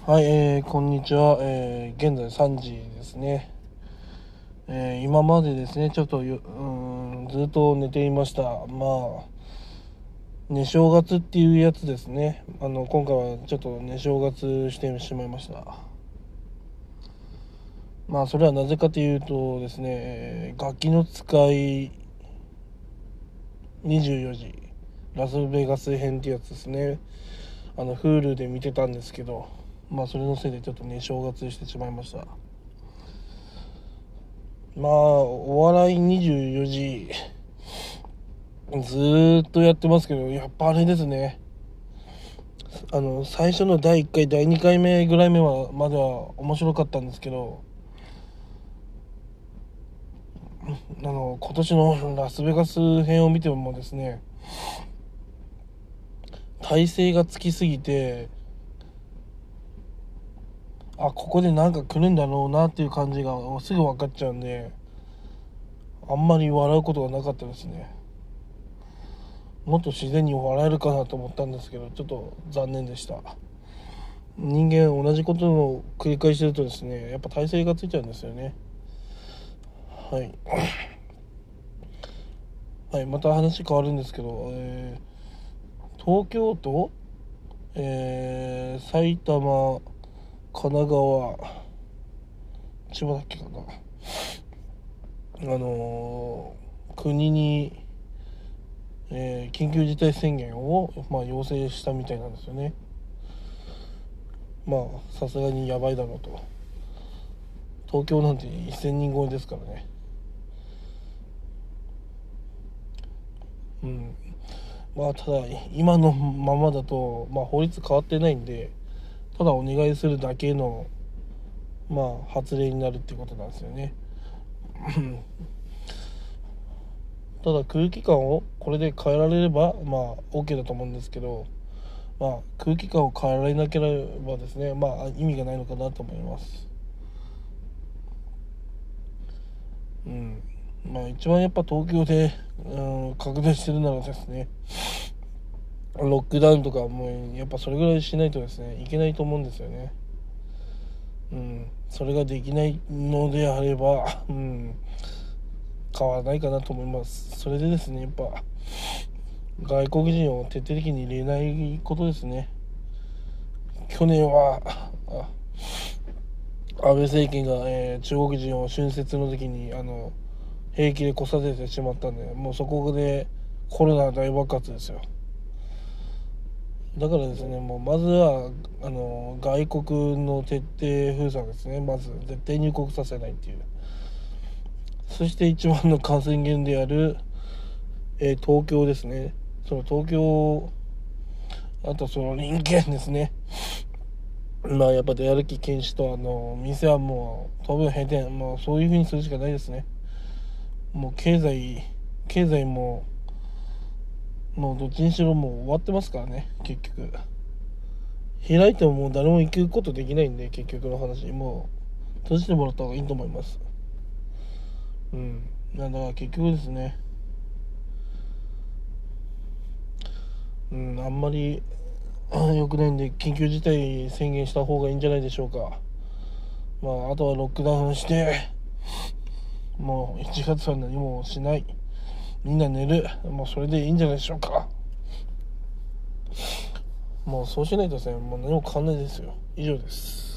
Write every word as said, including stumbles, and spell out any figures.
はい、えー、こんにちは、えー、現在さんじですね、えー、今までですねちょっとようーんずっと寝ていました。まあ寝正月っていうやつですね。あの今回はちょっと寝正月してしまいました。まあそれはなぜかというとですね、えーガキの使いにじゅうよじラスベガス編ってやつですね。あの Hulu で見てたんですけど、まあそれのせいでちょっと寝正月してしまいました。まあお笑いにじゅうよじずーっとやってますけど、やっぱあれですね。あの最初のだいいっかいだいにかいめぐらい目はまでは面白かったんですけど、あの今年のラスベガス編を見てもですね、体勢がつきすぎて、あここでなんか来るんだろうなっていう感じがすぐ分かっちゃうんで、あんまり笑うことがなかったですね。もっと自然に笑えるかなと思ったんですけど、ちょっと残念でした。人間同じことを繰り返してるとですね、やっぱ体勢がついちゃうんですよね。はい、はい、また話変わるんですけど、えー東京都、えー埼玉、神奈川、千葉だっけかな、あのー国に、えー緊急事態宣言を、まあ、要請したみたいなんですよね。まあさすがにやばいだろうと。東京なんてせんにん超えですからね。うん。まあただ今のままだと、まあ、法律変わってないんで、ただお願いするだけの、まあ、発令になるっていうことなんですよね。ただ空気感をこれで変えられれば、まあ OK だと思うんですけど、まあ、空気感を変えられなければですね、まあ意味がないのかなと思います。うん。まあ一番やっぱ東京で、うん、拡大してるならですね、ロックダウンとかもうやっぱそれぐらいしないとですねいけないと思うんですよね。うん。それができないのであれば、うん、変わらないかなと思います。それでですね、やっぱ外国人を徹底的に入れないことですね。去年は安倍政権が、えー中国人を春節の時にあの平気で来させてしまったんで、もうそこでコロナ大爆発ですよ。だからですね、もうまずはあの外国の徹底封鎖ですね。まず絶対入国させないっていう。そして一番の感染源である、えー東京ですね。その東京、あとその人間ですね。まあやっぱ出歩き禁止と、あの店はもう当分閉店、もうそういう風にするしかないですね。もう経済経済ももうどっちにしろもう終わってますからね。結局開いてももう誰も行くことできないんで、結局の話もう閉じてもらった方がいいと思います。うん。だから結局ですね、うん、あんまり良くないんで緊急事態宣言した方がいいんじゃないでしょうか。まああとはロックダウンして、もういちがつは何もしない、みんな寝る、もうそれでいいんじゃないでしょうか。もうそうしないとですね、もう何も変わんないですよ。以上です。